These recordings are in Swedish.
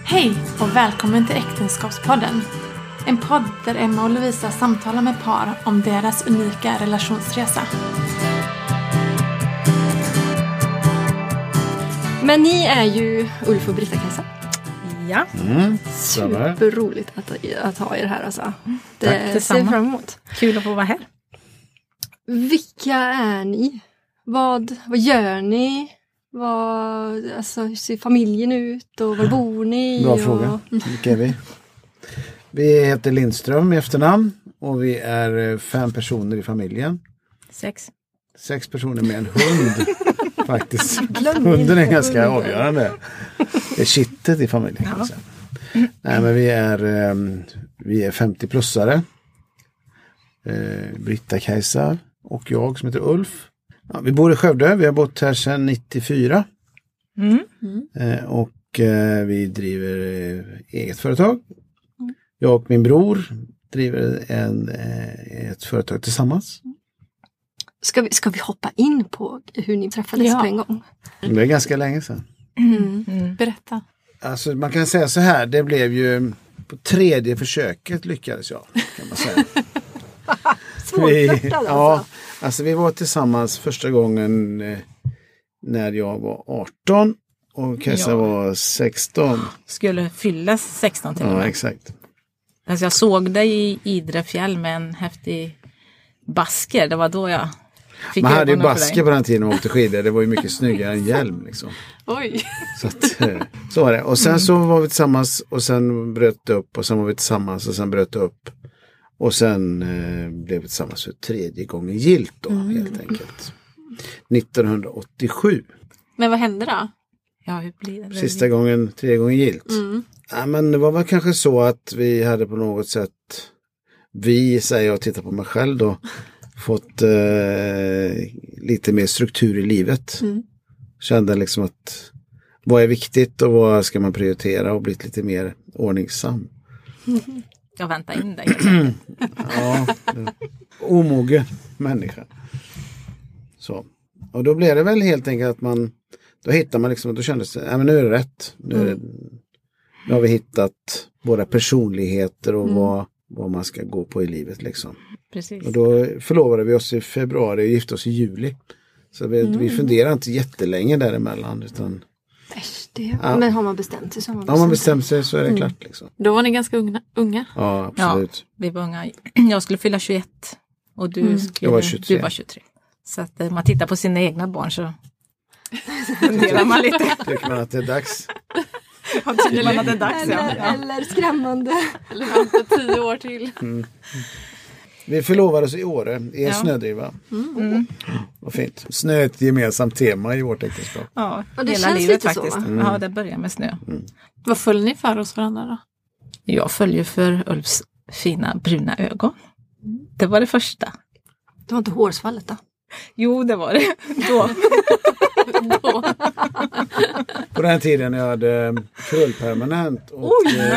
Hej och välkommen till Äktenskapspodden. En podd där Emma och Lovisa samtalar med par om deras unika relationsresa. Men ni är ju Ulf och Britta-Kajsa. Ja. Superroligt att ha er här alltså. Det ser fram emot. Kul att få vara här. Vilka är ni? Vad gör ni? Hur ser familjen ut? Och var bor ni? Bra fråga. Vilka är vi? Vi heter Lindström i efternamn. Och vi är 5 personer i familjen. 6 personer med en hund. Faktiskt. Hunden är ganska avgörande. Det är kittet i familjen. Kan man säga. Nej, men vi är 50-plussare. Britta-Kajsa och jag som heter Ulf. Ja, vi bor i Skövde. Vi har bott här sedan 94. Och vi driver eget företag. Jag och min bror driver ett företag tillsammans. Ska vi hoppa in på hur ni träffades på en gång? Det är ganska länge sedan. Berätta. Alltså man kan säga så här, det blev ju på 3:e försöket lyckades jag, kan man säga. Svårflörtad alltså. Ja, alltså vi var tillsammans första gången när jag var 18 och Kajsa var 16. Skulle fylla 16 till och med. Ja, exakt. Alltså jag såg dig i Idre fjäll med en häftig basker. Det var då jag fick man hade ju basker på den tiden och åkte skidor. Det var ju mycket snyggare än hjälm liksom. Oj. Så var det. Och sen så var vi tillsammans och sen bröt det upp och sen var vi tillsammans och sen bröt det upp. Och sen blev vi tillsammans för 3:e gången gilt då, helt enkelt. 1987. Men vad hände då? Ja, hur blir det? Sista gången, 3:e gången gilt. Ja, men det var väl kanske så att vi hade på något sätt, säger jag och tittar på mig själv då, fått lite mer struktur i livet. Kände liksom att vad är viktigt och vad ska man prioritera och blivit lite mer ordningsam. Jag väntar in dig. Ja, omogen människa. Så. Och då blev det väl helt enkelt att då hittar man liksom, då kändes det, men nu är det rätt. Nu har vi hittat våra personligheter och vad man ska gå på i livet liksom. Precis. Och då förlovade vi oss i februari och gifte oss i juli. Så vi funderar inte jättelänge däremellan utan... Men har man bestämt sig så har man bestämt sig. Har man bestämt sig så är det klart liksom. Då var ni ganska unga. Ja, absolut. Ja, vi var unga. Jag skulle fylla 21 och du var 23. Du var 23. Så att man tittar på sina egna barn så funderar man lite. Tycker man att det är dags? Ja, tycker man att det är dags, eller skrämmande. Eller vänta 10 år till. Vi förlovades i Åre i en snödriva. Vad fint. Snö är ett gemensamt tema i vårt äktenskap. Ja, och det hela känns livet lite faktiskt. så, Ja, det börjar med snö. Vad föll ni för hos varandra då? Jag följer för Ulfs fina bruna ögon. Det var det första. Det var inte hårsvallet då? Jo, det var det. Då. På den tiden jag hade krullpermanent och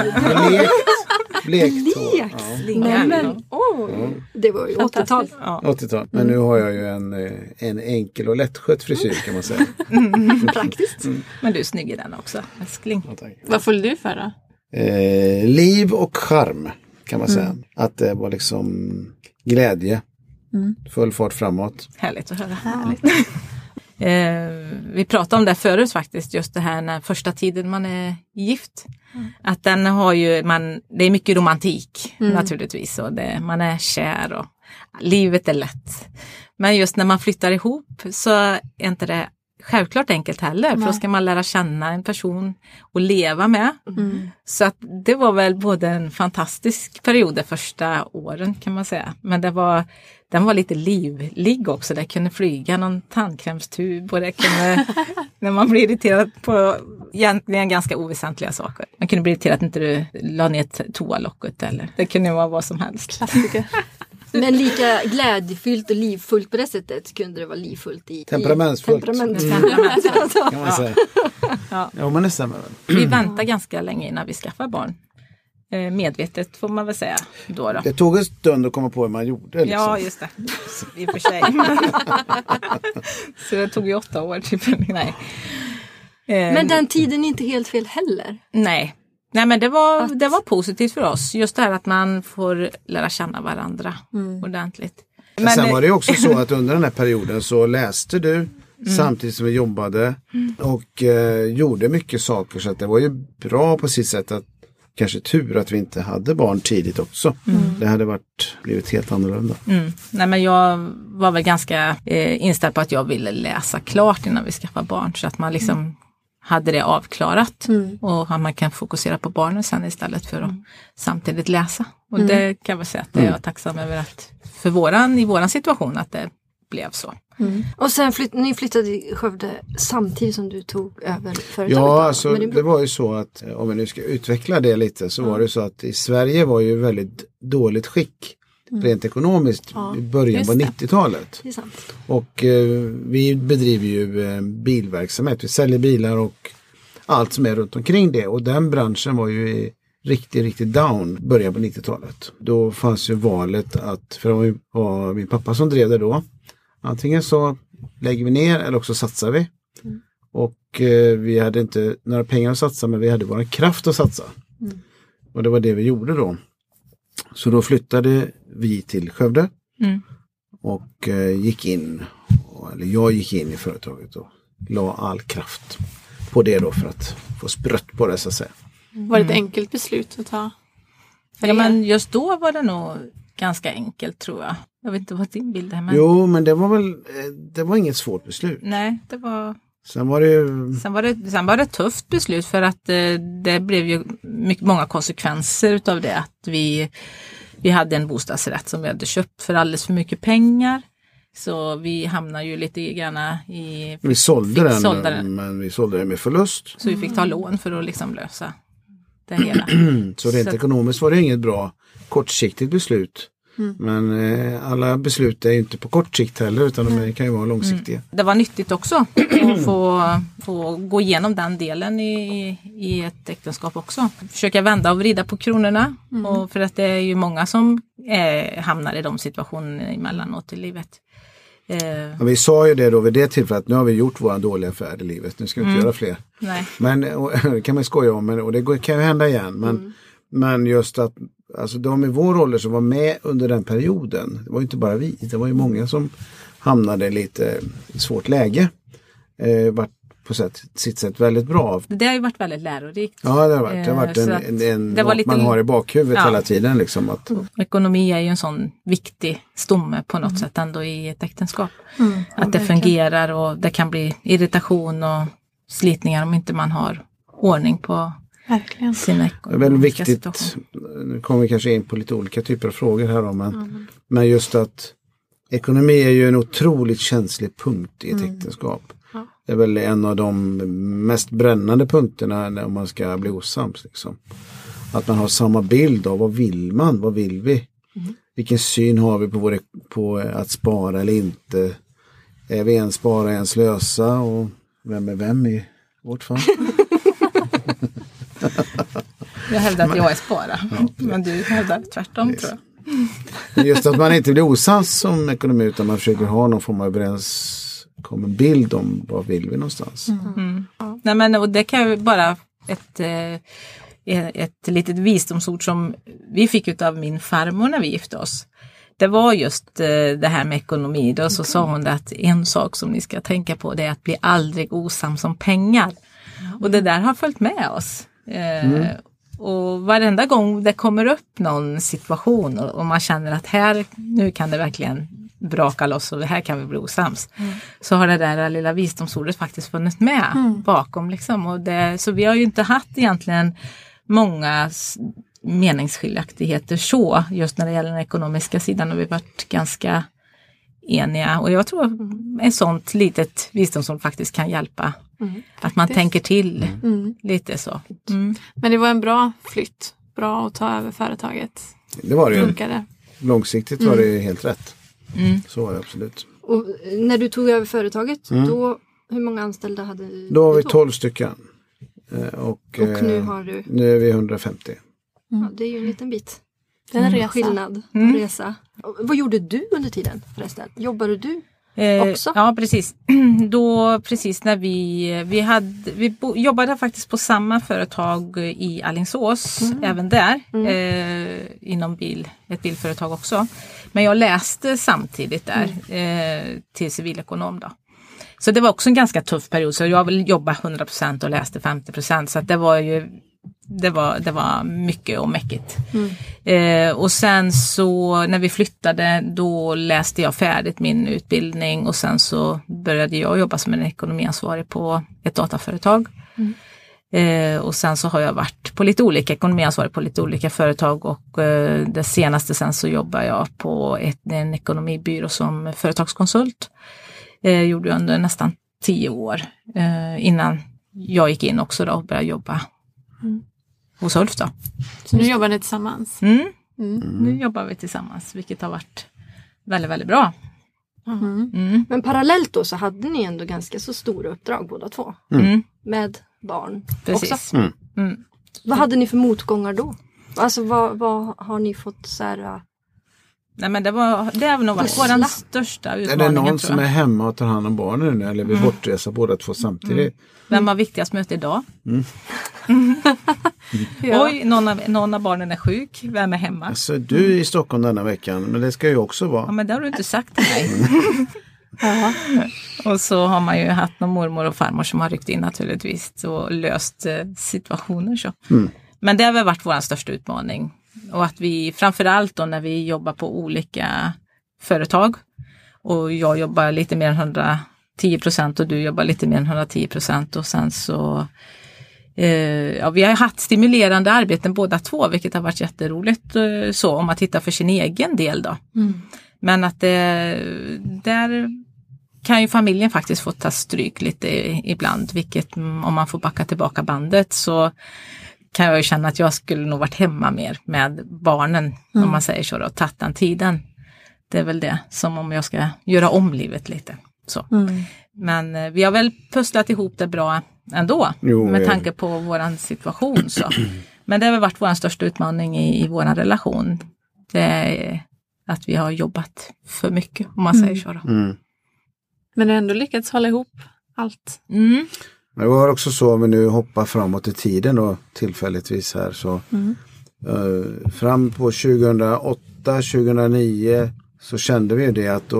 blekt hår. Ja. Men, det var ju 80-tal. Ja. 80-tal. Men nu har jag ju en enkel och lättskött frisyr kan man säga. Praktiskt. Men du är snygg i den också, älskling. Ja, tack. Vad föll du för då? Liv och charm kan man säga. Att det var liksom glädje. Full fart framåt. Härligt att höra. Härligt. Vi pratade om det förut faktiskt, just det här när första tiden man är gift. Att den har ju, det är mycket romantik naturligtvis och man är kär och livet är lätt. Men just när man flyttar ihop så är inte det självklart enkelt heller. För då ska man lära känna en person och leva med. Så att det var väl både en fantastisk period de första åren kan man säga. Men den var lite livlig också. Det kunde flyga någon tandkrämstub och det kunde, när man blir irriterad på egentligen ganska oväsentliga saker. Man kunde bli irriterad att inte du la ner toalocket eller det kunde vara vad som helst. Klassiker. Men lika glädjefyllt och livfullt på det sättet kunde det vara livfullt i temperamentsfullt. Kan man säga. Ja, men det stämmer väl. Vi väntar ganska länge innan vi skaffar barn. Medvetet får man väl säga då. Det tog en stund att komma på hur man gjorde. Liksom. Ja, just det. I och för sig. Så det tog ju 8 år typ. Nej. Men den tiden är inte helt fel heller. Nej. Nej, men det var positivt för oss. Just det här att man får lära känna varandra ordentligt. Men sen var det också så att under den här perioden så läste du samtidigt som vi jobbade och gjorde mycket saker, så att det var ju bra på sitt sätt, att kanske tur att vi inte hade barn tidigt också. Det hade blivit helt annorlunda. Nej, men jag var väl ganska inställd på att jag ville läsa klart innan vi skaffade barn, så att man liksom hade det avklarat och att man kan fokusera på barnen sen istället för att samtidigt läsa. Och det kan jag säga att jag är tacksam över, att i våran situation att det blev så. Och sen ni flyttade till Skövde samtidigt som du tog över företaget? Ja, alltså det var ju så att, om vi nu ska utveckla det lite, så var det så att i Sverige var ju väldigt dåligt skick rent ekonomiskt i början på 90-talet. Det är sant. Och vi bedriver ju bilverksamhet. Vi säljer bilar och allt som är runt omkring det. Och den branschen var ju riktigt down början på 90-talet. Då fanns ju valet att, för det var min pappa som drev det då. Antingen så lägger vi ner eller också satsar vi. Och vi hade inte några pengar att satsa, men vi hade bara kraft att satsa. Och det var det vi gjorde då. Så då flyttade vi till Skövde och jag gick in i företaget och la all kraft på det då för att få sprött på det, så att säga. Var det ett enkelt beslut att ta? Ja, men just då var det nog ganska enkelt, tror jag. Jag vet inte vad din bild är. Men... Jo, men det var inget svårt beslut. Nej, det var... Sen var det ett tufft beslut, för att det blev ju många konsekvenser utav det. Att vi hade en bostadsrätt som vi hade köpt för alldeles för mycket pengar. Så vi hamnade ju lite grann i... Vi sålde den, men vi sålde den med förlust. Så vi fick ta lån för att liksom lösa det hela. Så rent ekonomiskt var det inget bra kortsiktigt beslut. Men alla beslut är inte på kort sikt heller, utan de kan ju vara långsiktiga. Det var nyttigt också att få gå igenom den delen i ett äktenskap också. Försöka vända och vrida på kronorna. Och för att det är ju många som hamnar i de situationerna emellanåt i livet. Ja, vi sa ju det då vid det tillfället, att nu har vi gjort våra dåliga affärer i livet. Nu ska vi inte göra fler. Nej. Men det kan man skoja om, och det kan ju hända igen. Men just att alltså de i vår roller som var med under den perioden, det var ju inte bara vi, det var ju många som hamnade i lite svårt läge. Vart på sitt sätt väldigt bra. Det har ju varit väldigt lärorikt. Ja, det har varit något man har i bakhuvudet hela tiden. Liksom, att... Ekonomi är ju en sån viktig stomme på något sätt ändå i ett äktenskap. Att det fungerar, och det kan bli irritation och slitningar om inte man har ordning på sina ekonomiska det är väldigt viktigt. Nu kommer vi kanske in på lite olika typer av frågor här då, men just att ekonomi är ju en otroligt känslig punkt i ett äktenskap. Det är väl en av de mest brännande punkterna när man ska bli osams. Liksom. Att man har samma bild av vad vill vi? Vilken syn har vi på att spara eller inte? Är vi en spara, en slösa? Och vem är vem i vårt fall? Jag hävdar att jag är spara, men du hävdar tvärtom, tror jag. Just att man inte blir osams som ekonomi, utan man försöker ha någon form av överenskommen bild om vad vill vi någonstans. Nej, men och det kan ju bara ett litet visdomsord som vi fick av min farmor när vi gifte oss. Det var just det här med ekonomi. Då så sa hon att en sak som ni ska tänka på, det är att bli aldrig osams om pengar. Och det där har följt med oss. Och varenda gång det kommer upp någon situation och man känner att nu kan det verkligen braka loss och här kan vi bli osams. Så har det där lilla visdomsordet faktiskt funnits med bakom. Liksom. Och så vi har ju inte haft egentligen många meningsskiljaktigheter så just när det gäller den ekonomiska sidan, och vi har varit ganska eniga. Och jag tror ett sånt litet visdomsord faktiskt kan hjälpa. Att man tänker till lite så. Men det var en bra flytt. Bra att ta över företaget. Det var det ju. Långsiktigt var det helt rätt. Så var det absolut. Och när du tog över företaget, då, hur många anställda hade du? Då var vi 12 stycken. Och nu har du? Nu är vi 150. Ja, det är ju en liten bit. Det är en resa. Skillnad. Resa. Och vad gjorde du under tiden förresten? Jobbade du? också? Ja, precis. Då precis när vi jobbade faktiskt på samma företag i Alingsås, även där, inom ett bilföretag också. Men jag läste samtidigt där till civilekonom då. Så det var också en ganska tuff period, så jag ville jobba 100% och läste 50%, så att det var ju det var mycket och mäckigt. Och sen så när vi flyttade, då läste jag färdigt min utbildning och sen så började jag jobba som en ekonomiansvarig på ett dataföretag. Och sen så har jag varit på lite olika ekonomiansvarig på lite olika företag, och det senaste sen så jobbar jag på en ekonomibyrå som företagskonsult. Gjorde jag under nästan 10 år innan jag gick in också då och började jobba hos Ulf då. Så nu jobbar ni tillsammans? Nu jobbar vi tillsammans, vilket har varit väldigt, väldigt bra. Men parallellt då så hade ni ändå ganska så stora uppdrag båda två. Med barn. Precis. Också. Vad hade ni för motgångar då? Alltså vad har ni fått så här... Nej, men det har nog varit vår största utmaning. Är det någon som är hemma och tar hand om barnen nu, eller vi bortresa båda två samtidigt? Vem har viktigast möte idag? Oj, någon av barnen är sjuk. Vem är hemma? Alltså, du är i Stockholm denna veckan, men det ska ju också vara. Ja, men det har du inte sagt till mig. Och så har man ju haft någon mormor och farmor som har ryckt in naturligtvis och löst situationer så. Men det har väl varit vår största utmaning. Och att vi framförallt då när vi jobbar på olika företag, och jag jobbar lite mer än 110% och du jobbar lite mer än 110%, och sen så vi har haft stimulerande arbeten båda två, vilket har varit jätteroligt så om man tittar för sin egen del då. Men att där kan ju familjen faktiskt få ta stryk lite ibland, vilket om man får backa tillbaka bandet så kan jag ju känna att jag skulle nog varit hemma mer med barnen, om man säger så då, och tagit den tiden. Det är väl det, som om jag ska göra om livet lite. Så. Men vi har väl pusslat ihop det bra ändå, med tanke på våran situation. Så. Men det har väl varit vår största utmaning i vår relation. Det är att vi har jobbat för mycket, om man säger så då. Men det har ändå lyckats hålla ihop allt. Men det var också så, om vi nu hoppar framåt i tiden då, tillfälligtvis här, så fram på 2008-2009 så kände vi ju det att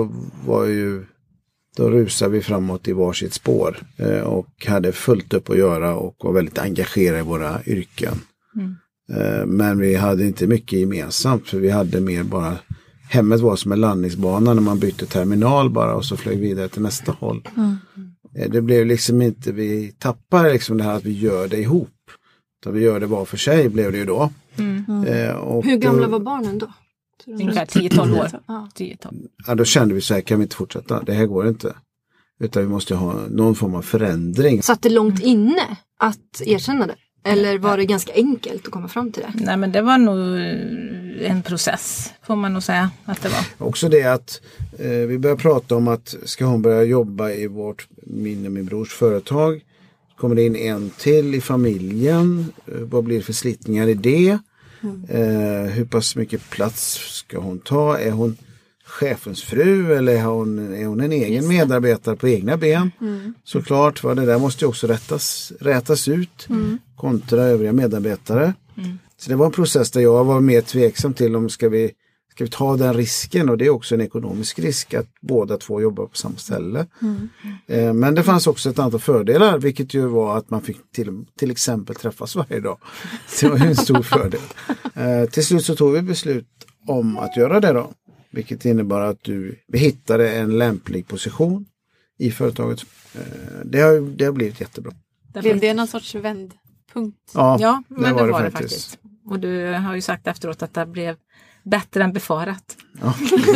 då rusade vi framåt i varsitt spår och hade fullt upp att göra och var väldigt engagerade i våra yrken. Men vi hade inte mycket gemensamt, för vi hade mer bara, hemmet var som en landningsbana när man bytte terminal bara och så flög vidare till nästa håll. Det blev liksom inte, vi tappade liksom det här att vi gör det ihop. Så vi gör det var för sig blev det ju då. Och hur gamla var barnen då? Ungefär 10-12 år. 10-12. Ja, då kände vi så här, kan vi inte fortsätta? Det här går inte. Utan vi måste ha någon form av förändring. Satt det långt inne att erkänna det? Eller var det ganska enkelt att komma fram till det? Nej, men det var nog en process, får man nog säga att det var. Också det att vi började prata om att ska hon börja jobba i min brors företag. Kommer det in en till i familjen? Vad blir det för slitningar i det? Hur pass mycket plats ska hon ta? Är hon chefens fru eller är hon en egen medarbetare på egna ben? Såklart, det där måste ju också rätas ut kontra övriga medarbetare. Så det var en process där jag var mer tveksam till om ska vi ta den risken, och det är också en ekonomisk risk att båda två jobbar på samma ställe. Men det fanns också ett antal fördelar, vilket ju var att man fick till exempel träffas varje dag. Så det var en stor fördel. Till slut så tog vi beslut om att göra det då. Vilket innebar att vi hittade en lämplig position i företaget. Det har blivit jättebra. Blev det någon sorts vändpunkt? Ja, men det var det faktiskt. Och du har ju sagt efteråt att det blev bättre än befarat. Ja,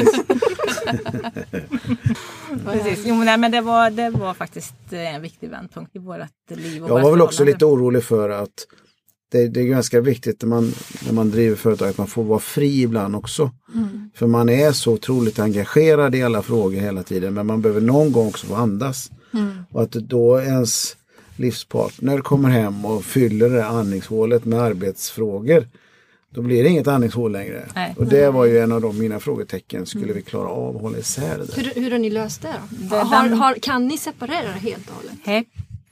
precis. Jo, men det var faktiskt en viktig vändpunkt i vårt liv. Och jag var väl också lite orolig för att det är ganska viktigt när man driver företag att man får vara fri ibland också. För man är så otroligt engagerad i alla frågor hela tiden, men man behöver någon gång också få andas. Och att då ens livspartner kommer hem och fyller det andningshålet med arbetsfrågor, Då blir det inget andningshål längre. Nej. Och det var ju en av mina frågetecken. Skulle vi klara av att hålla isär det där? Hur har ni löst det då? Kan ni separera det helt och hållet? Hej.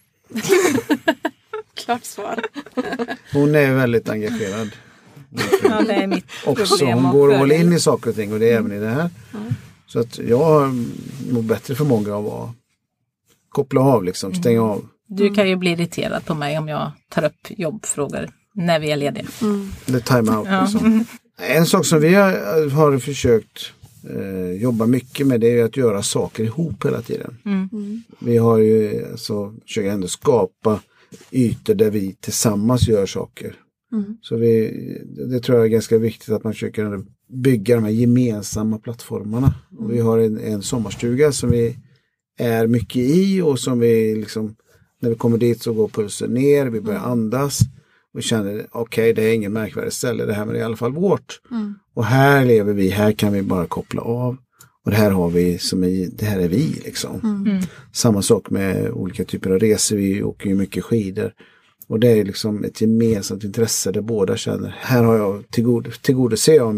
Klart svar. Hon är väldigt engagerad. Ja, det är mitt Också, problem. hon går all in i saker och ting och det är även i det här. Så att jag mår bättre förmåga av att koppla av liksom, stänga av. Du kan ju bli irriterad på mig om jag tar upp jobbfrågor när vi är lediga. Det time out liksom. En sak som vi har försökt jobba mycket med, det är att göra saker ihop hela tiden. Vi har ju alltså försökt ändå skapa ytor där vi tillsammans gör saker. Så det tror jag är ganska viktigt att man försöker bygga de här gemensamma plattformarna. Och vi har en sommarstuga som vi är mycket i och som vi liksom, när vi kommer dit så går pulsen ner, vi börjar andas och känner okej, det är ingen märkvärdig ställe det här, men det är i alla fall vårt. Och här lever vi, här kan vi bara koppla av. Och det här har vi det här är vi liksom. Samma sak med olika typer av resor, vi åker ju mycket skidor. Och det är liksom ett gemensamt intresse där båda känner, här har jag tillgodoser jag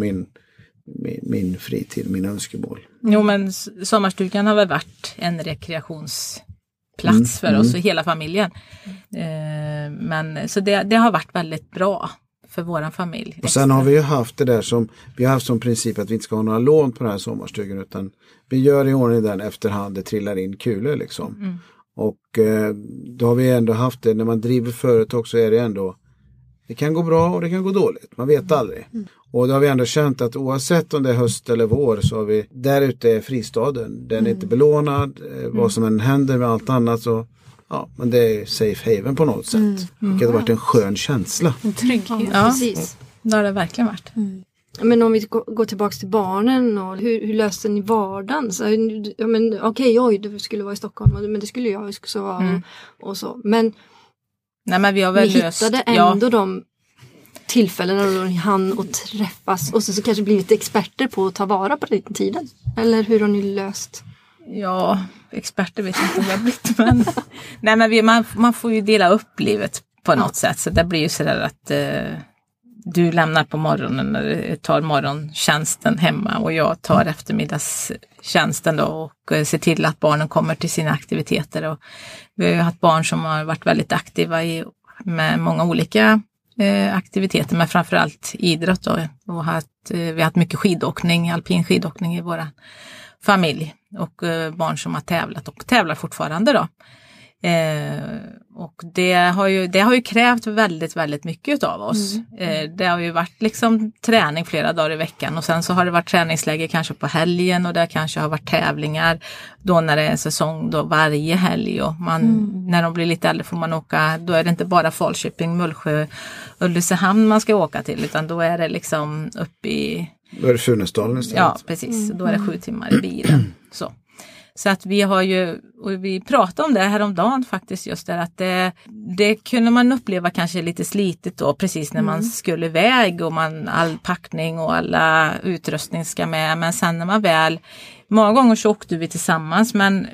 min fritid, mina önskemål. Jo, men sommarstugan har väl varit en rekreationsplats för oss och hela familjen. Men så det har varit väldigt bra för våran familj. Och sen har vi ju haft det där som vi har haft som princip att vi inte ska ha några lån på den här sommarstugan, utan vi gör i ordning den efterhand det trillar in kulor liksom. Och då har vi ändå haft det, när man driver företag så är det ändå, det kan gå bra och det kan gå dåligt, man vet aldrig. Och då har vi ändå känt att oavsett om det är höst eller vår så har vi, där ute är fristaden, den är inte belånad, vad som än händer med allt annat så, ja, men det är safe haven på något sätt. Det har varit en skön känsla. En trygghet. Ja, Precis. det har det verkligen varit. Men om vi går tillbaka till barnen och hur löste ni vardagen? Så, det skulle vara i Stockholm, men det skulle jag också vara och så. Men, nej, men vi har väl hittade ändå de tillfällena då ni hann att träffas och så kanske blivit experter på att ta vara på den tiden. Eller hur har ni löst? Ja, experter vet inte om jag har blivit, men nej, men man får ju dela upp livet på något sätt, så det blir ju sådär att du lämnar på morgonen och tar morgontjänsten hemma och jag tar eftermiddagstjänsten då och ser till att barnen kommer till sina aktiviteter. Och vi har ju haft barn som har varit väldigt aktiva med många olika aktiviteter, men framförallt idrott då. Och vi har haft mycket skidåkning, alpin skidåkning i våra familj och barn som har tävlat och tävlar fortfarande då. Och det har ju krävt väldigt, väldigt mycket av oss. Det har ju varit liksom träning flera dagar i veckan och sen så har det varit träningsläger kanske på helgen och det kanske har varit tävlingar då när det är en säsong då varje helg och när de blir lite äldre får man åka, då är det inte bara Falköping, Mullsjö, Ulricehamn man ska åka till, utan då är det liksom uppe i... Då är det Funäsdalen istället. Ja, precis. Då är det 7 timmar i bilen. Så att vi har ju, och vi pratade om det häromdagen faktiskt, just det att det kunde man uppleva kanske lite slitigt då, precis när man skulle iväg och all packning och alla utrustning ska med, men sen när man väl, många gånger så åkte vi tillsammans, men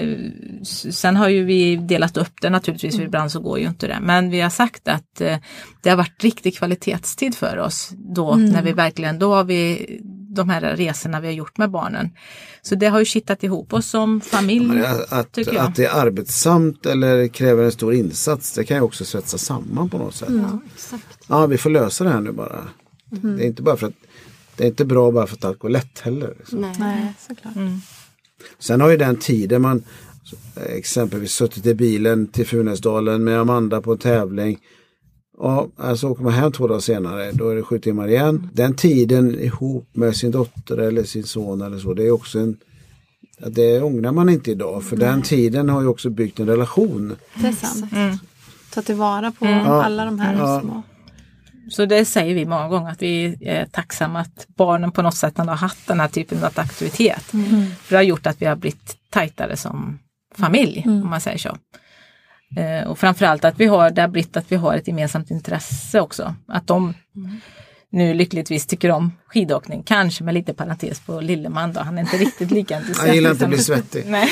sen har ju vi delat upp det naturligtvis, för ibland så går ju inte det, men vi har sagt att det har varit riktig kvalitetstid för oss då, när vi verkligen, då har vi de här resorna vi har gjort med barnen. Så det har ju kittat ihop oss som familj, tycker jag. Att det är arbetsamt eller kräver en stor insats, det kan ju också svetsa samman på något sätt. Ja, exakt. Ja, vi får lösa det här nu bara. Det är inte bara för att det är inte bra bara för att allt går lätt heller. Liksom. Nej, såklart. Sen har ju den tiden man exempelvis suttit i bilen till Funäsdalen med Amanda på en tävling. Ja, alltså åker man hem 2 dagar senare, då är det 7 timmar igen. Den tiden ihop med sin dotter eller sin son eller så, det är också det ångrar man inte idag. För den tiden har ju också byggt en relation. Det är sant. Ta tillvara på alla de här små. Så det säger vi många gånger, att vi är tacksamma att barnen på något sätt har haft den här typen av aktivitet. För det har gjort att vi har blivit tajtare som familj, om man säger så. Och framförallt att vi har ett gemensamt intresse också. Att de nu lyckligtvis tycker om skidåkning. Kanske med lite parentes på Lilleman då. Han är inte riktigt lika entusiastisk. Han gillar inte att bli svettig. Nej.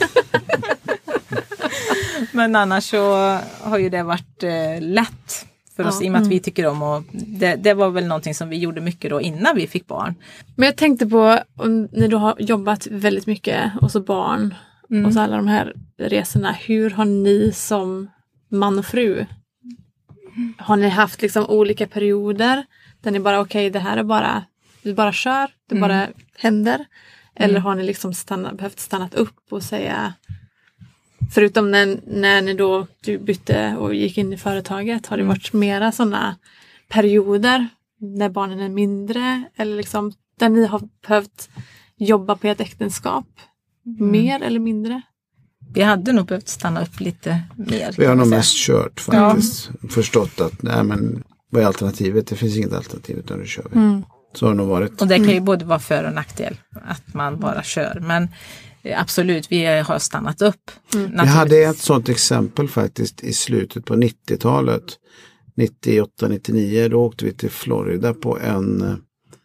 Men annars så har ju det varit lätt för oss i och med att vi tycker om, och det var väl någonting som vi gjorde mycket då innan vi fick barn. Men jag tänkte på när du har jobbat väldigt mycket och så barn och så alla de här resorna, hur har ni som man och fru, har ni haft liksom olika perioder där ni bara det här är bara, vi bara kör, det bara händer, eller har ni liksom behövt stanna upp och säga, förutom när ni då du bytte och gick in i företaget, har det varit mera sådana perioder när barnen är mindre, eller liksom där ni har behövt jobba på ett äktenskap mer eller mindre? Vi hade nog behövt stanna upp lite mer. Vi har nog mest kört faktiskt. Förstått att vad är alternativet? Det finns inget alternativ utan nu kör vi. Så har det nog varit. Och det kan ju både vara för- och nackdel att man bara kör. Men absolut, vi har stannat upp. Vi hade ett sådant exempel faktiskt i slutet på 90-talet. 98-99, då åkte vi till Florida på en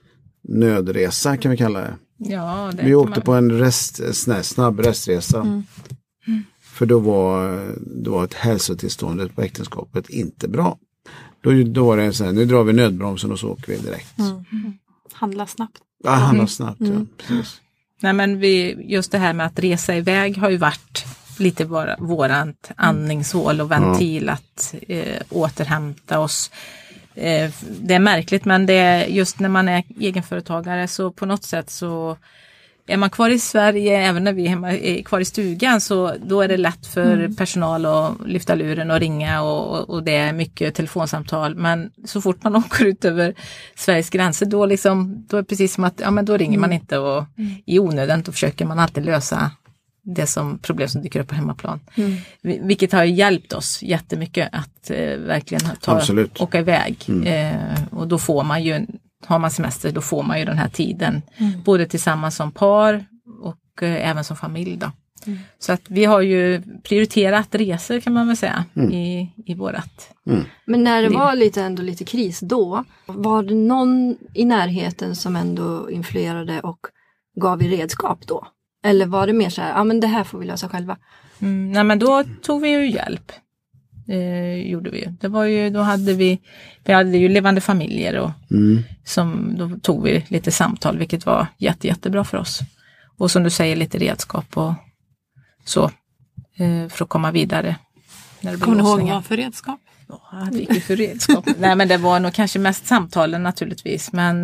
nödresa kan vi kalla det. Ja, det vi åkte på en snabb restresa. För då var ett hälsotillståndet på äktenskapet inte bra. Då var det så här, nu drar vi nödbromsen och så åker vi direkt. Handla snabbt. Ja, handla snabbt, ja, precis. Nej, men just det här med att resa iväg har ju varit lite vårant andningshål och ventil att återhämta oss. Det är märkligt, men det är just när man är egenföretagare så på något sätt så är man kvar i Sverige, även när vi är kvar i stugan, så då är det lätt för personal att lyfta luren och ringa och det är mycket telefonsamtal. Men så fort man åker ut över Sveriges gränser då är det precis som att då ringer man inte och i onödan då försöker man alltid lösa det som problem som dyker upp på hemmaplan. Vilket har hjälpt oss jättemycket att verkligen åka iväg. Och då får man ju, har man semester, då får man ju den här tiden både tillsammans som par och även som familj då. Så att vi har ju prioriterat resor kan man väl säga i vårat. Men när det var ändå lite kris då, var det någon i närheten som ändå influerade och gav i redskap då? Eller var det mer så här, men det här får vi lösa själva? Nej, men då tog vi ju hjälp. Gjorde vi. Det var ju, då hade vi hade ju levande familjer och då tog vi lite samtal, vilket var jättebra för oss. Och som du säger, lite redskap och så för att komma vidare. Kommer du ihåg vad för redskap? Ja, det gick ju för redskap. Nej, men det var nog kanske mest samtalen naturligtvis, men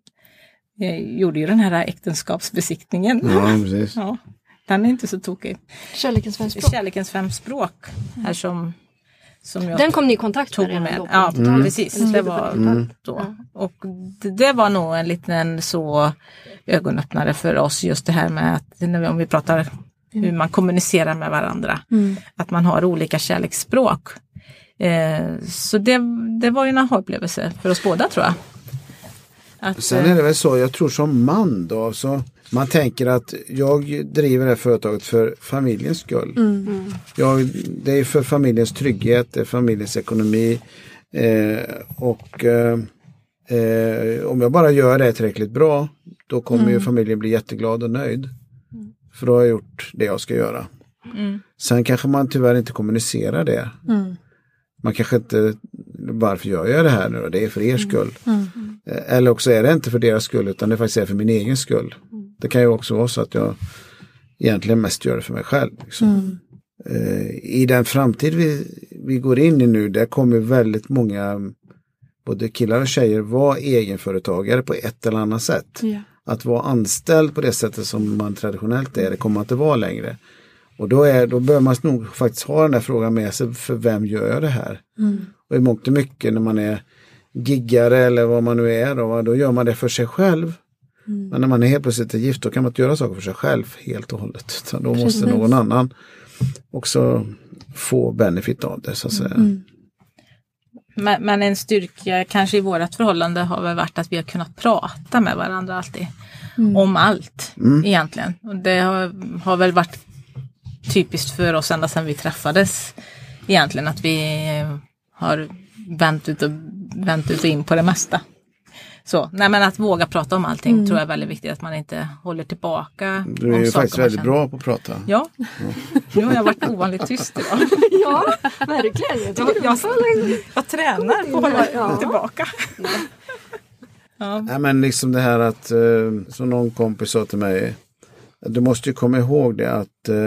jag gjorde ju den här äktenskapsbesiktningen. Ja, precis. Ja, den är inte så tokig. Kärlekens 5 språk. Här som jag den kom ni i kontakt med redan då? Ja, precis. Det var då. Och det var nog en liten så ögonöppnare för oss, just det här med att om vi pratar hur man kommunicerar med varandra. Att man har olika kärleksspråk. Så det var ju en aha-upplevelse för oss båda, tror jag. Sen är det väl så, jag tror som man då, så man tänker att jag driver det här företaget för familjens skull. Det är för familjens trygghet, det är familjens ekonomi om jag bara gör det tillräckligt bra, då kommer ju familjen bli jätteglad och nöjd. För då har jag gjort det jag ska göra. Sen kanske man tyvärr inte kommunicerar det. Man kanske inte, varför gör jag det här nu då? Det är för er skull. Eller också är det inte för deras skull, utan det faktiskt är för min egen skull. Det kan ju också vara så att jag egentligen mest gör det för mig själv. Liksom. I den framtid vi går in i nu, där kommer väldigt många, både killar och tjejer, vara egenföretagare på ett eller annat sätt. Att vara anställd på det sättet som man traditionellt är, det kommer inte vara längre. Och då bör man nog faktiskt ha den där frågan med sig, för vem gör jag det här? Och i mångt och mycket när man är giggare eller vad man nu är, då gör man det för sig själv. Men när man är helt plötsligt gift, då kan man inte göra saker för sig själv helt och hållet. Så då måste någon annan också få benefit av det, så att säga. Men en styrka kanske i vårat förhållande har väl varit att vi har kunnat prata med varandra alltid. Om allt egentligen. Och det har väl varit typiskt för oss ända sedan vi träffades egentligen, att vi har vänt ut och in på det mesta. Så, nej, men att våga prata om allting tror jag är väldigt viktigt. Att man inte håller tillbaka. Du är ju faktiskt väldigt bra på att prata. Ja, nu har jag varit ovanligt tyst idag. Ja, verkligen. Jag tränar på att hålla tillbaka. Ja. Nej, men liksom det här att, som någon kompis sa till mig, du måste ju komma ihåg det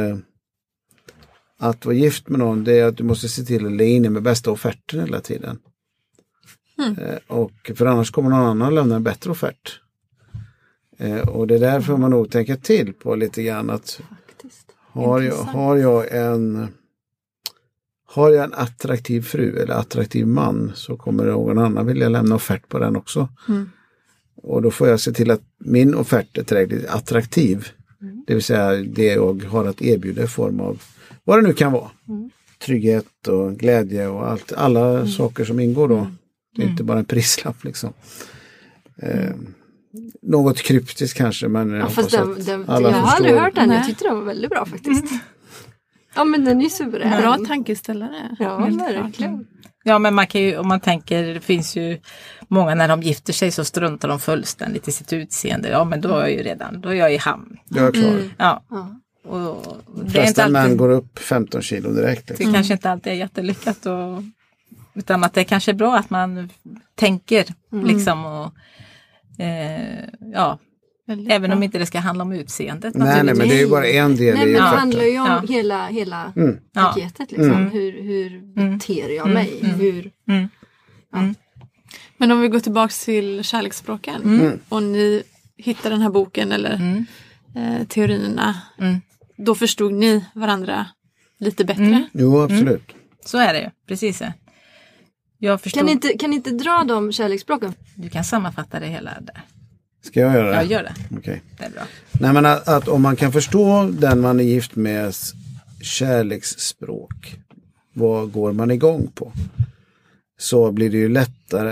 att vara gift med någon, det är att du måste se till att lägga in med bästa offerten hela tiden. Och för annars kommer någon annan lämna en bättre offert. Och det är därför man nog tänka till på lite grann att har jag en attraktiv fru eller attraktiv man, så kommer någon annan vilja lämna offert på den också. Och då får jag se till att min offert är tillräckligt attraktiv. Det vill säga det jag har att erbjuda i form av vad det nu kan vara. Trygghet och glädje och alla saker som ingår då. Det är inte bara en prislapp liksom. Något kryptiskt kanske, men jag hoppas jag har aldrig hört den. Jag tyckte den var väldigt bra faktiskt. Ja, men den är suverän. Bra tankeställare. Ja, verkligen. Ja, men man kan ju, om man tänker, det finns ju många när de gifter sig så struntar de fullständigt i sitt utseende. Ja, men då är jag i hamn. Jag är klar. Ja. Och det är inte alltid, män går upp 15 kilo direkt. Det kanske inte alltid är jättelyckat. Utan att det kanske är bra att man tänker liksom och även om inte det ska handla om utseendet. Nej, men det är ju bara en del. Nej, men det handlar ju om hela paketet. Liksom. Hur beter jag mig? Men om vi går tillbaka till kärleksspråken och ni hittar den här boken eller teorierna, då förstod ni varandra lite bättre? Jo, absolut. Så är det ju, precis. Jag förstod. Kan ni inte dra de kärleksspråken? Du kan sammanfatta det hela där. Ska jag göra det? Jag gör det. Okej. Det är bra. Nej, men att om man kan förstå den man är gift med kärleksspråk, vad går man igång på? Så blir det ju lättare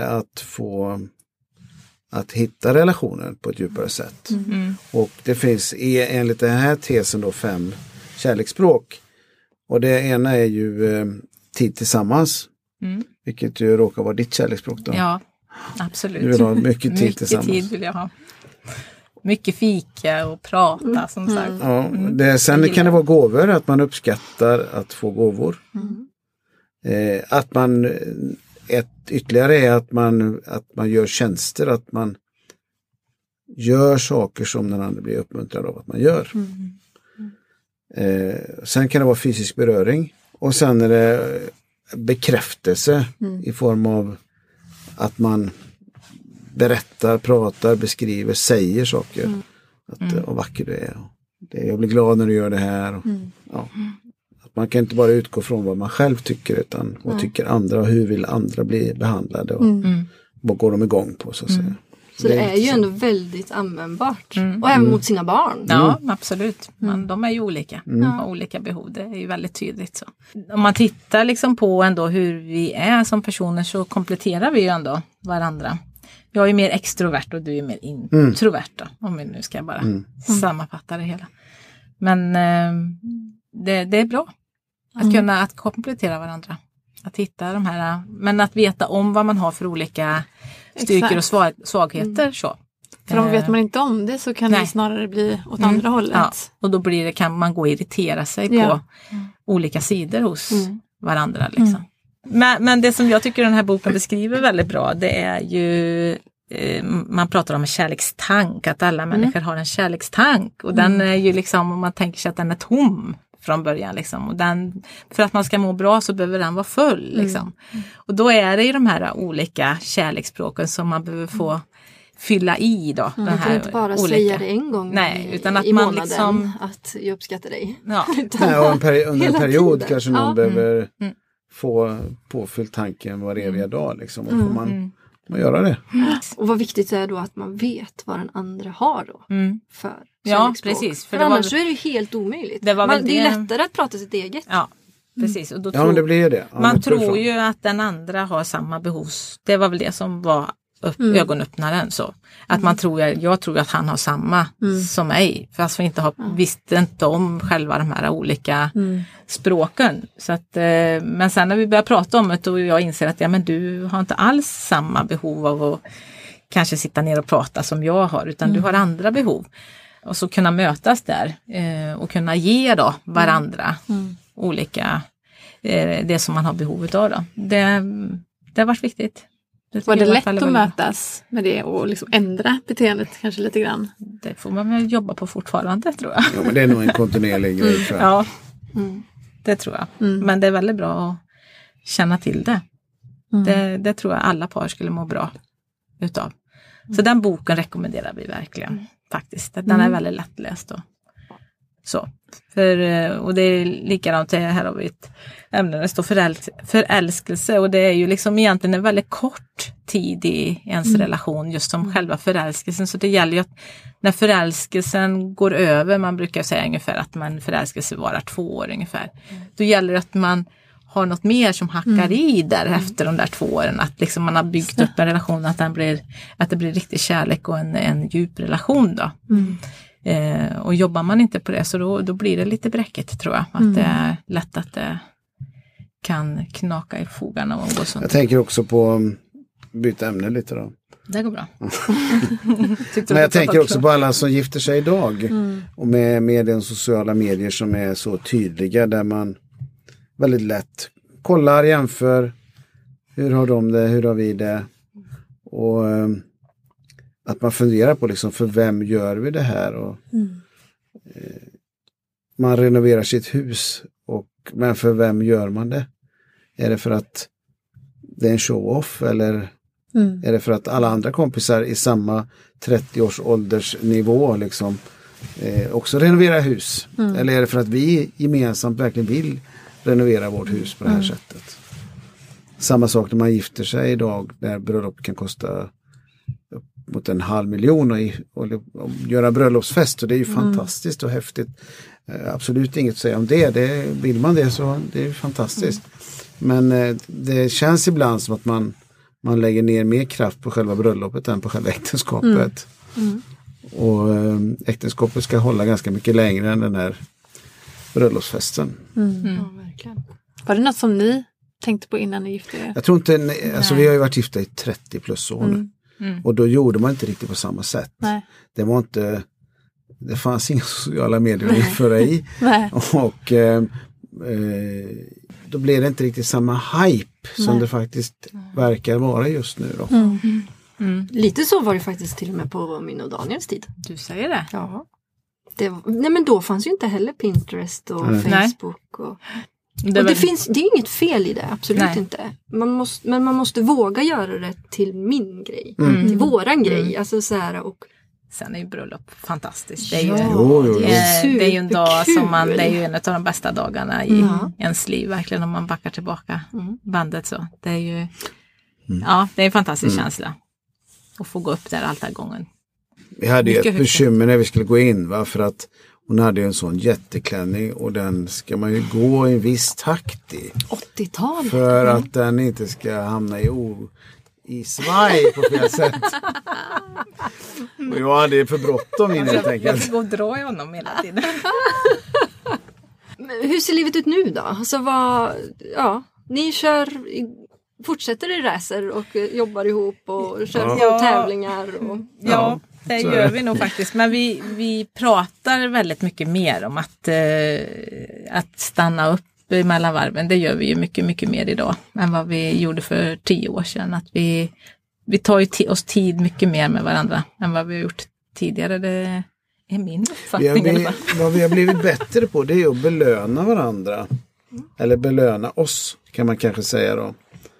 att hitta relationen på ett djupare sätt. Och det finns enligt den här tesen då 5 kärleksspråk. Och det ena är ju tid tillsammans. Vilket ju råkar vara ditt kärleksspråk då. Ja, absolut. Du vill ha mycket tid tillsammans. Mycket tid vill jag ha. Mycket fika och prata som sagt. Ja, sen kan det vara gåvor, att man uppskattar att få gåvor. Att man ytterligare är att man gör tjänster, att man gör saker som den andra blir uppmuntrad av att man gör. Sen kan det vara fysisk beröring, och sen är det bekräftelse i form av att man berättar, pratar, beskriver, säger saker. Vad vacker du är. Jag blir glad när du gör det här. Att man kan inte bara utgå från vad man själv tycker, utan vad tycker andra och hur vill andra bli behandlade och vad går de igång på, så att säga. Så det är ju ändå väldigt användbart. Och även mot sina barn. Ja, absolut. Men de är ju olika. De har olika behov. Det är ju väldigt tydligt så. Om man tittar liksom på ändå hur vi är som personer, så kompletterar vi ju ändå varandra. Jag är mer extrovert och du är mer introvert då, om vi nu ska bara sammanfatta det hela. Men det är bra att kunna att komplettera varandra. Att hitta de här, men att veta om vad man har för olika styrkor och svagheter. Så. För om vet man inte om det, så kan det snarare bli åt andra hållet. Ja. Och då kan man gå och irritera sig på olika sidor hos varandra. Liksom. Men det som jag tycker den här boken beskriver väldigt bra, det är ju, man pratar om en kärlekstank, att alla människor har en kärlekstank. Och den är ju liksom, om man tänker sig att den är tom från början liksom. Och för att man ska må bra så behöver den vara full liksom. Och då är det ju de här olika kärleksspråken som man behöver få fylla i då. Man kan inte bara säga det en gång utan att i man månaden, liksom, att jag uppskattar dig. Ja. Under en period kanske någon behöver få påfyllt tanken varje dag liksom. Och får man göra det. Och vad viktigt är då att man vet vad den andra har då för kärleksspråk. Precis. För annars så är det ju helt omöjligt. Det är lättare att prata sitt eget. Ja, precis. Och då men det blir det. Ja, man tror ju att den andra har samma behov. Det var väl det som var ögonöppnaren. Så. Att jag tror att han har samma som mig. Fast vi visste inte om själva de här olika språken. Så att, men sen när vi börjar prata om det och jag inser att men du har inte alls samma behov av att kanske sitta ner och prata som jag har, utan du har andra behov. Och så kunna mötas där och kunna ge då varandra olika, det som man har behov av då. Det har varit viktigt. Var det lätt att mötas med det och liksom ändra beteendet kanske lite grann? Det får man väl jobba på fortfarande, tror jag. Ja, men det är nog en kontinuerlig grej, tror jag. Ja, det tror jag. Men det är väldigt bra att känna till det. Det tror jag alla par skulle må bra utav. Så den boken rekommenderar vi verkligen faktiskt. Den är väldigt lättläst och så. Och det är likadant här har vi ett ämne där det står förälskelse, och det är ju liksom egentligen en väldigt kort tid i ens relation just som själva förälskelsen. Så det gäller ju att när förälskelsen går över, man brukar säga ungefär att man förälskelse varar 2 år ungefär. Då gäller det att man har något mer som hackar i där efter de där 2 åren. Att liksom man har byggt upp en relation, att det blir riktigt kärlek och en djup relation då. Och jobbar man inte på det, så då blir det lite bräckigt, tror jag. Att det är lätt att det kan knaka i fogarna. Och sånt. Jag tänker också på byta ämne lite då. Det går bra. Men jag tänker också på alla som gifter sig idag. Och med de sociala medier som är så tydliga, där man väldigt lätt kollar, jämför. Hur har de det? Hur har vi det? Och att man funderar på liksom, för vem gör vi det här? Och, man renoverar sitt hus. Men för vem gör man det? Är det för att det är en show-off? Eller är det för att alla andra kompisar i samma 30-års åldersnivå liksom, också renoverar hus? Eller är det för att vi gemensamt verkligen vill renovera vårt hus på det här sättet? Samma sak när man gifter sig idag, där bröllop kan kosta upp mot 500 000 och göra bröllopsfest, och det är ju fantastiskt och häftigt. Absolut inget att säga om det. Vill man det så det är ju fantastiskt. Men det känns ibland som att man lägger ner mer kraft på själva bröllopet än på själva äktenskapet. Och äktenskapet ska hålla ganska mycket längre än den här bröllopsfesten. Ja, verkligen. Var det något som ni tänkte på innan ni gifte er? Jag tror inte, alltså vi har ju varit gifta i 30 plus år nu. Och då gjorde man inte riktigt på samma sätt. Nej. Det fanns inga sociala medier att införa i. Och då blev det inte riktigt samma hype som det faktiskt verkar vara just nu då. Lite så var det faktiskt till och med på min och Daniels tid. Du säger det? Ja. Nej, men då fanns ju inte heller Pinterest och Facebook. Och det är inget fel i det, absolut inte. Men man måste våga göra det till min grej. Till våran grej. Alltså så här, och sen är ju bröllop fantastiskt. Det är ju en dag som det är ju en av de bästa dagarna i ens liv. Verkligen, om man backar tillbaka bandet så. Det är ju det är en fantastisk känsla. Att få gå upp där altargången. Vi hade ju ett bekymmer när vi skulle gå in, för att hon hade ju en sån jätteklänning, och den ska man ju gå i en viss takt i. 80-talet. För att den inte ska hamna i svaj på fel sätt. Och jag hade för bråttom in helt enkelt. Jag får gå och dra i honom hela tiden. Hur ser livet ut nu då? Alltså ni fortsätter i racer och jobbar ihop och kör på tävlingar. Och, ja, det gör vi nog faktiskt. Men vi pratar väldigt mycket mer om att stanna upp mellan varven. Det gör vi ju mycket, mycket mer idag än vad vi gjorde för 10 år sedan. Att vi tar ju oss tid mycket mer med varandra än vad vi har gjort tidigare. Det är min uppfattning. Vad vi har blivit bättre på, det är att belöna varandra. Eller belöna oss, kan man kanske säga då.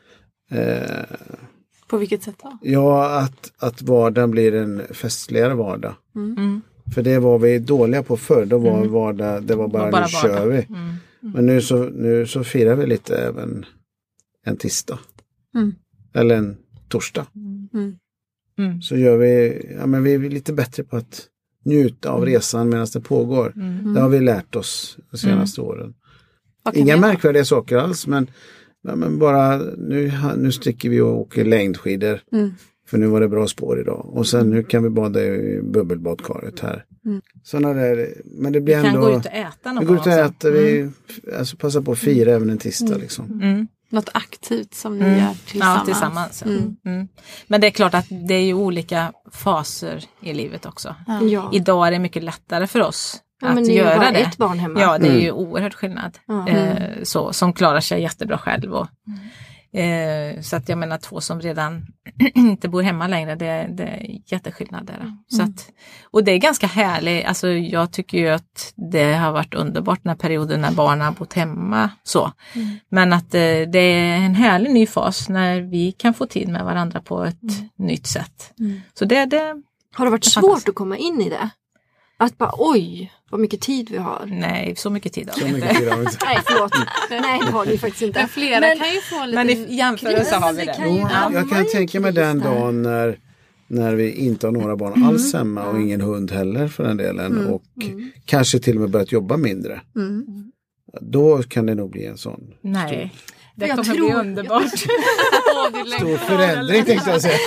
På vilket sätt då? Ja, att vardagen blir en festligare vardag. För det var vi dåliga på förr. Då var vardag, det var bara nu kör vi. Men nu så firar vi lite även en tisdag. Eller en torsdag. Så gör vi är lite bättre på att njuta av resan medan det pågår. Det har vi lärt oss de senaste åren. Inga märkvärdiga saker alls, men bara nu sticker vi och åker längdskidor. För nu var det bra spår idag. Och sen nu kan vi bada i bubbelbadkaret här. Sådana där, men det blir ändå... Vi kan gå ut och äta någon gång. Vi går ut och äta, vi passar på att fira även en tisdag liksom. Något aktivt som ni gör tillsammans. Ja, tillsammans. Men det är klart att det är ju olika faser i livet också. Ja. Idag är det mycket lättare för oss att göra bara det. Ett barn hemma. Ja, det är ju oerhört skillnad. Som klarar sig jättebra själv. Och, så att jag menar 2 som redan inte bor hemma längre, det är jätteskillnad där. Så att, och det är ganska härligt, alltså jag tycker ju att det har varit underbart den här perioden när barnen har bott hemma så. Men att det är en härlig ny fas när vi kan få tid med varandra på ett nytt sätt. Så det har det varit svårt att komma in i det? Att bara, oj, vad mycket tid vi har. Nej, så mycket tid har vi inte. Nej, förlåt. Nej, det har vi faktiskt inte. Men flera kan ju få lite... Men i jämförelse har vi det. Jag kan tänka mig den dagen när vi inte har några barn alls hemma och ingen hund heller för den delen. Och kanske till och med börjat jobba mindre. Då kan det nog bli en sån. Nej. Det kommer bli underbart. Stor förändring tänkte jag säga.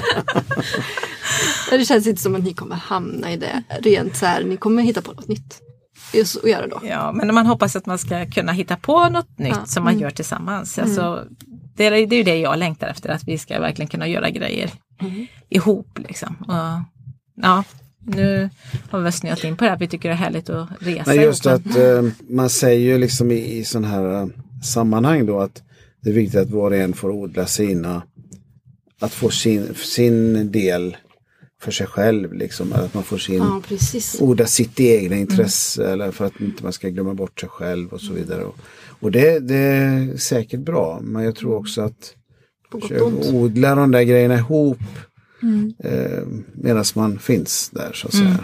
Det känns inte som att ni kommer hamna i det. Rent så här, ni kommer hitta på något nytt. Att göra då. Ja, men man hoppas att man ska kunna hitta på något nytt som man gör tillsammans. Alltså, det är ju det jag längtar efter. Att vi ska verkligen kunna göra grejer ihop liksom. Och, ja, nu har vi snöat in på det här. Vi tycker det är härligt att resa. Men just att man säger ju liksom i sån här sammanhang då att det är viktigt att var och en får odla att få sin del för sig själv liksom, att man får odla sitt egna intresse eller för att inte man ska glömma bort sig själv och så vidare. Och det är säkert bra, men jag tror också att odla de där grejerna ihop medan man finns där så att säga.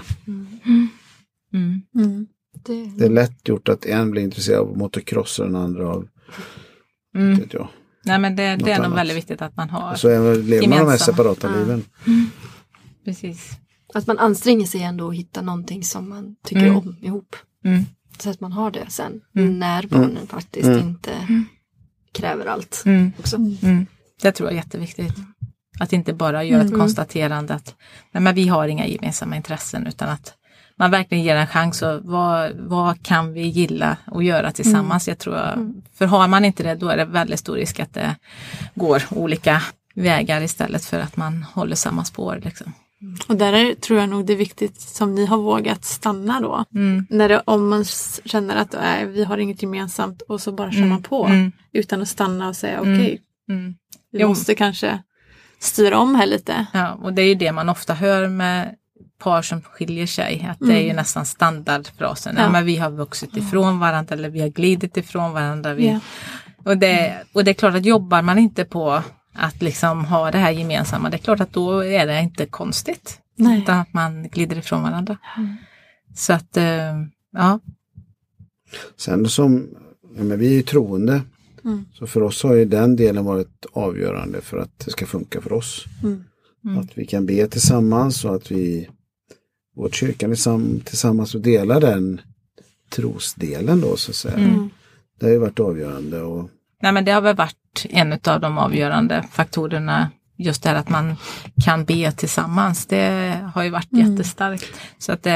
Det är lätt gjort att en blir intresserad av motocross och den andra av vet jag. Nej, men det är nog väldigt viktigt att man har så lever man de här separata liven. Precis. Att man anstränger sig ändå att hitta någonting som man tycker om ihop. Så att man har det sen när barnen faktiskt inte kräver allt. Också. Det tror jag är jätteviktigt. Att inte bara göra ett konstaterande att nej, men vi har inga gemensamma intressen utan att man verkligen ger en chans och vad kan vi gilla och göra tillsammans. Jag tror, för har man inte det då är det väldigt stor risk att det går olika vägar istället för att man håller samma spår liksom. Och där tror jag nog det är viktigt som ni har vågat stanna då. Om man känner att vi har inget gemensamt och så bara kör man på utan att stanna och säga okej, vi måste kanske styra om här lite. Ja, och det är ju det man ofta hör med par som skiljer sig. Att det är ju nästan standardfrasen. Ja. Men vi har vuxit ifrån varandra eller vi har glidit ifrån varandra. Och det är klart att jobbar man inte på att liksom ha det här gemensamma. Det är klart att då är det inte konstigt. Nej. Utan att man glider ifrån varandra. Så att, ja. Sen vi är ju troende. Så för oss har ju den delen varit avgörande för att det ska funka för oss. Att vi kan be tillsammans och att vårt kyrkan tillsammans och delar den trosdelen då så att säga. Det har ju varit avgörande. Nej, men det har väl varit en av de avgörande faktorerna. Just det här att man kan be tillsammans. Det har ju varit jättestarkt. Så att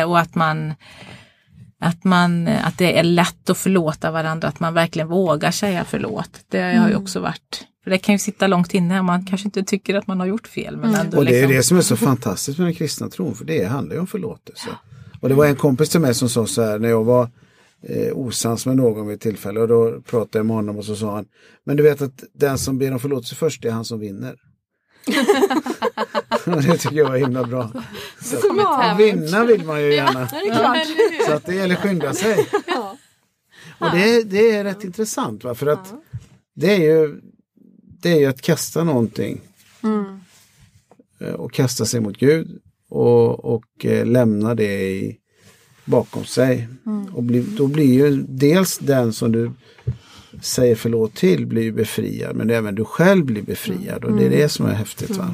att det är lätt att förlåta varandra. Att man verkligen vågar säga förlåt. Det har ju också varit. För det kan ju sitta långt inne. Man kanske inte tycker att man har gjort fel. Men ändå och det är det som är så fantastiskt med den kristna tron. För det handlar ju om förlåtelse. Och det var en kompis till mig som sa så här när jag var osams med någon vid ett tillfälle. Och då pratade jag med honom och så sa han, men du vet att den som ber om förlåtelse först är han som vinner. Det tycker jag var himla bra. Så vinna vill man ju gärna. Så att det gäller skynda sig. Och det är rätt intressant va? För att det är ju att kasta någonting. Och kasta sig mot Gud. Och lämna det bakom sig. Och då blir ju dels den som du säger förlåt till blir ju befriad. Men även du själv blir befriad. Och det är det som är häftigt va?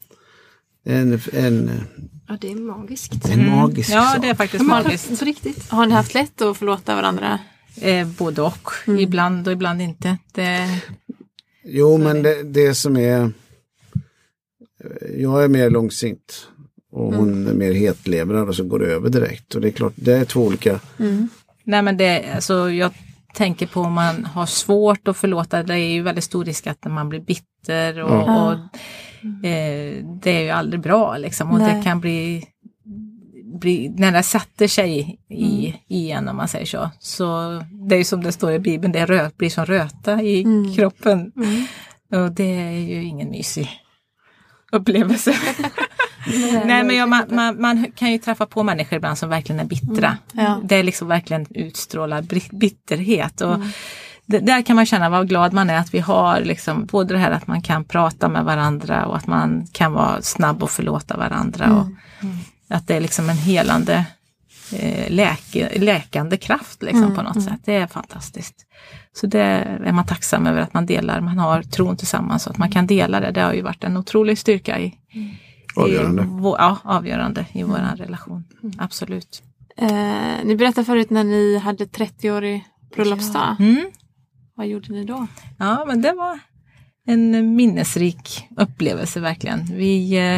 Ja, det är magiskt. Det är magiskt. Ja, det är faktiskt magiskt. Så riktigt. Har ni haft lätt att förlåta varandra? Både och. Ibland och ibland inte. Jo, men det som är... Jag är mer långsint. Och hon är mer hetlevrad och så går det över direkt. Och det är klart, det är två olika... Nej, men jag tänker på om man har svårt att förlåta, det är ju väldigt stor risk att man blir bitter och det är ju aldrig bra liksom. Och det kan bli när det sätter sig i en, om man säger så. Så det är ju som det står i Bibeln, det blir som röta i kroppen. Och det är ju ingen mysig upplevelse. Nej, men man kan ju träffa på människor ibland som verkligen är bittra. Det är liksom verkligen utstrålar bitterhet. Och där kan man känna vad glad man är att vi har liksom både det här att man kan prata med varandra och att man kan vara snabb och förlåta varandra. Och att det är liksom en helande läkande kraft liksom på något sätt. Det är fantastiskt. Så det är man tacksam över att man delar. Man har tron tillsammans så att man kan dela det. Det har ju varit en otrolig styrka avgörande i vår relation. Absolut. Ni berättade förut när ni hade 30-årig bröllopsdag. Vad gjorde ni då? Ja, men det var en minnesrik upplevelse verkligen. Vi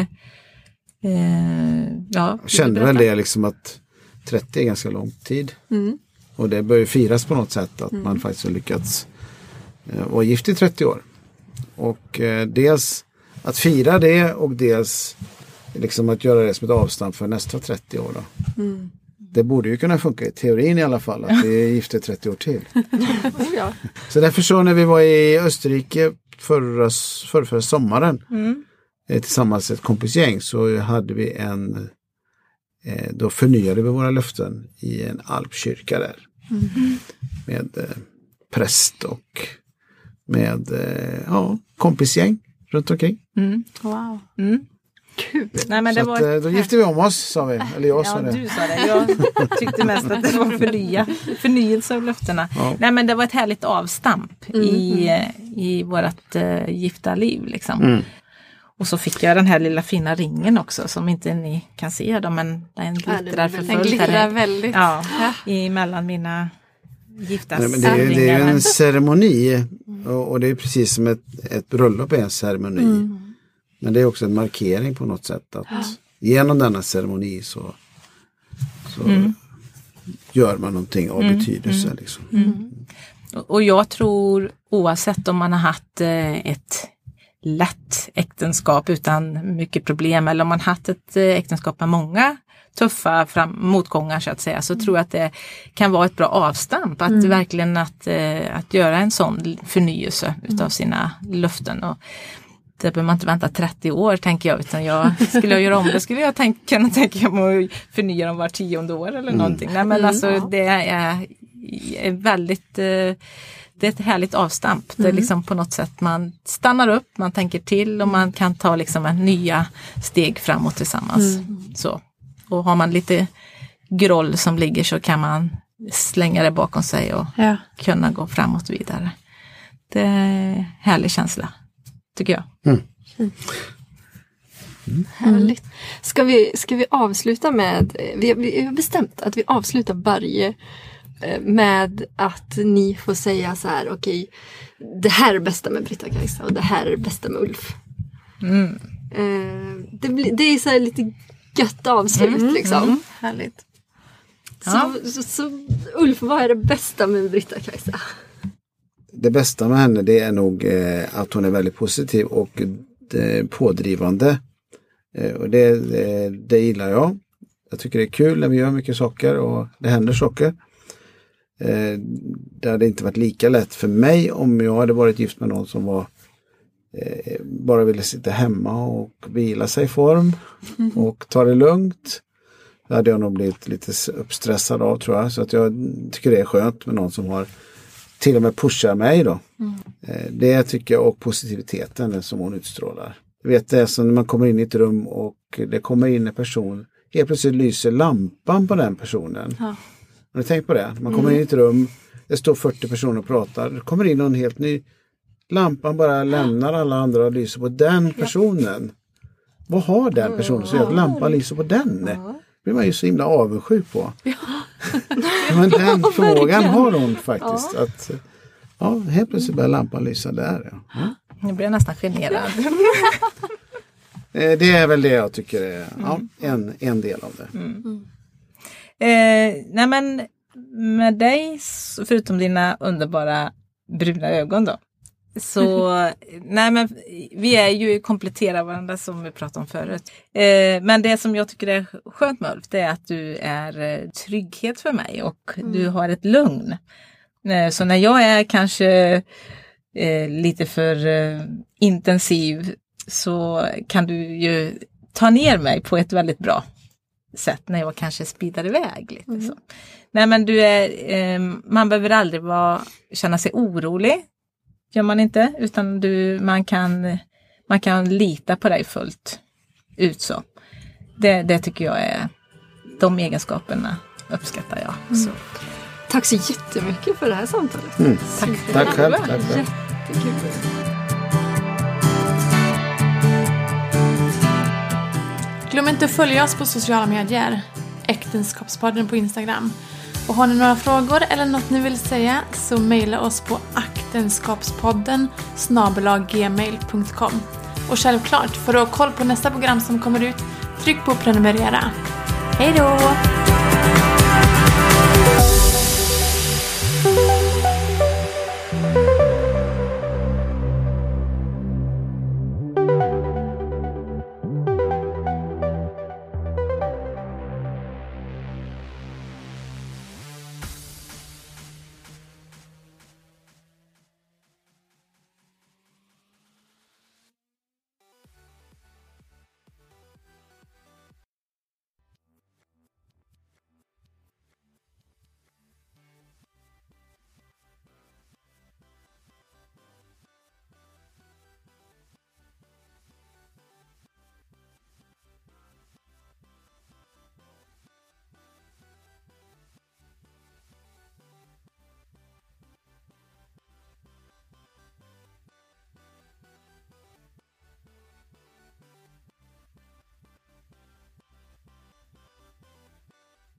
kände väl det liksom att 30 är ganska lång tid. Och det bör ju firas på något sätt att man faktiskt har lyckats vara gift i 30 år. Och dels att fira det och dels liksom att göra det som ett avstamp för nästa 30 år då. Det borde ju kunna funka i teorin i alla fall att vi är gifta 30 år till. Så därför så när vi var i Österrike förra sommaren tillsammans ett kompisgäng så hade vi då förnyade vi våra löften i en alpkyrka där. Med präst och med kompisgäng runt omkring. Wow. Kul. Nej, men det så att, då gifte vi om oss, sa vi. Eller jag sa det. Du sa det. Jag tyckte mest att det var förnyelse av löftena. Ja. Nej, men det var ett härligt avstamp i vårt gifta liv liksom. Och så fick jag den här lilla fina ringen också som inte ni kan se då, men den glittrar för fullt. Den glittrar väldigt. Ja, mellan mina gifta men det är en ceremoni och det är precis som ett bröllop är en ceremoni. Men det är också en markering på något sätt att genom denna ceremoni så gör man någonting av betydelse. Liksom. Och jag tror oavsett om man har haft ett lätt äktenskap utan mycket problem eller om man haft ett äktenskap med många tuffa motgångar så att säga, så tror jag att det kan vara ett bra avstamp att verkligen att göra en sån förnyelse utav sina löften. Och det behöver man inte vänta 30 år tänker jag, utan skulle jag göra om det skulle jag kunna tänka mig att förnya dem var 10:e år eller någonting. Nej, men alltså det är väldigt det är ett härligt avstamp. Det är liksom på något sätt man stannar upp, man tänker till och man kan ta liksom en nya steg framåt tillsammans. Så. Och har man lite groll som ligger så kan man slänga det bakom sig och kunna gå framåt vidare. Det är en härlig känsla, tycker jag. Härligt. Ska vi avsluta med, vi har bestämt att vi avslutar varje med att ni får säga så här, okej, det här är bästa med Britta-Kajsa och det här är bästa med Ulf. Det är så här lite gött avslut liksom. Härligt. Så Ulf, vad är det bästa med Britta-Kajsa? Det bästa med henne det är nog att hon är väldigt positiv och pådrivande. Och det gillar jag. Jag tycker det är kul när vi gör mycket saker och det händer saker. Det hade inte varit lika lätt för mig om jag hade varit gift med någon som var bara ville sitta hemma och vila sig i form och ta det lugnt. Det hade jag nog blivit lite uppstressad av, tror jag. Så att jag tycker det är skönt med någon som har till och med pushar mig då. Det tycker jag, och positiviteten som hon utstrålar. Jag vet det är som när man kommer in i ett rum och det kommer in en person, helt plötsligt lyser lampan på den personen. Har ni tänkt på det? Man kommer in i ett rum, det står 40 personer och pratar, det kommer in någon helt ny, lampan bara lämnar alla andra och lyser på den personen. Vad har den personen så att lampan lyser på den? Det blir man ju så himla avundsjuk på. Men den frågan har hon faktiskt. Att, helt plötsligt börjar lampan lysa där. Ja. Nu blir jag nästan generad. Det är väl det jag tycker är en del av det. Nej men med dig, förutom dina underbara bruna ögon då. Så nej, men vi kompletterar varandra som vi pratade om förut. Men det som jag tycker är skönt med Ulf, det är att du är trygghet för mig och du har ett lugn. Så när jag är kanske lite för intensiv så kan du ju ta ner mig på ett väldigt bra sätt när jag kanske speedar iväg lite så. Nej, men man behöver aldrig känna sig orolig. Gör man inte, utan man kan lita på dig fullt ut så. Det tycker jag är de egenskaperna uppskattar jag. Så. Tack så jättemycket för det här samtalet. Tack själv. Jättekul. Glöm inte att följa oss på sociala medier. Äktenskapspodden på Instagram. Och har ni några frågor eller något ni vill säga så mejla oss på aktenskapspodden@gmail.com. Och självklart, för att ha koll på nästa program som kommer ut, tryck på prenumerera. Hej då!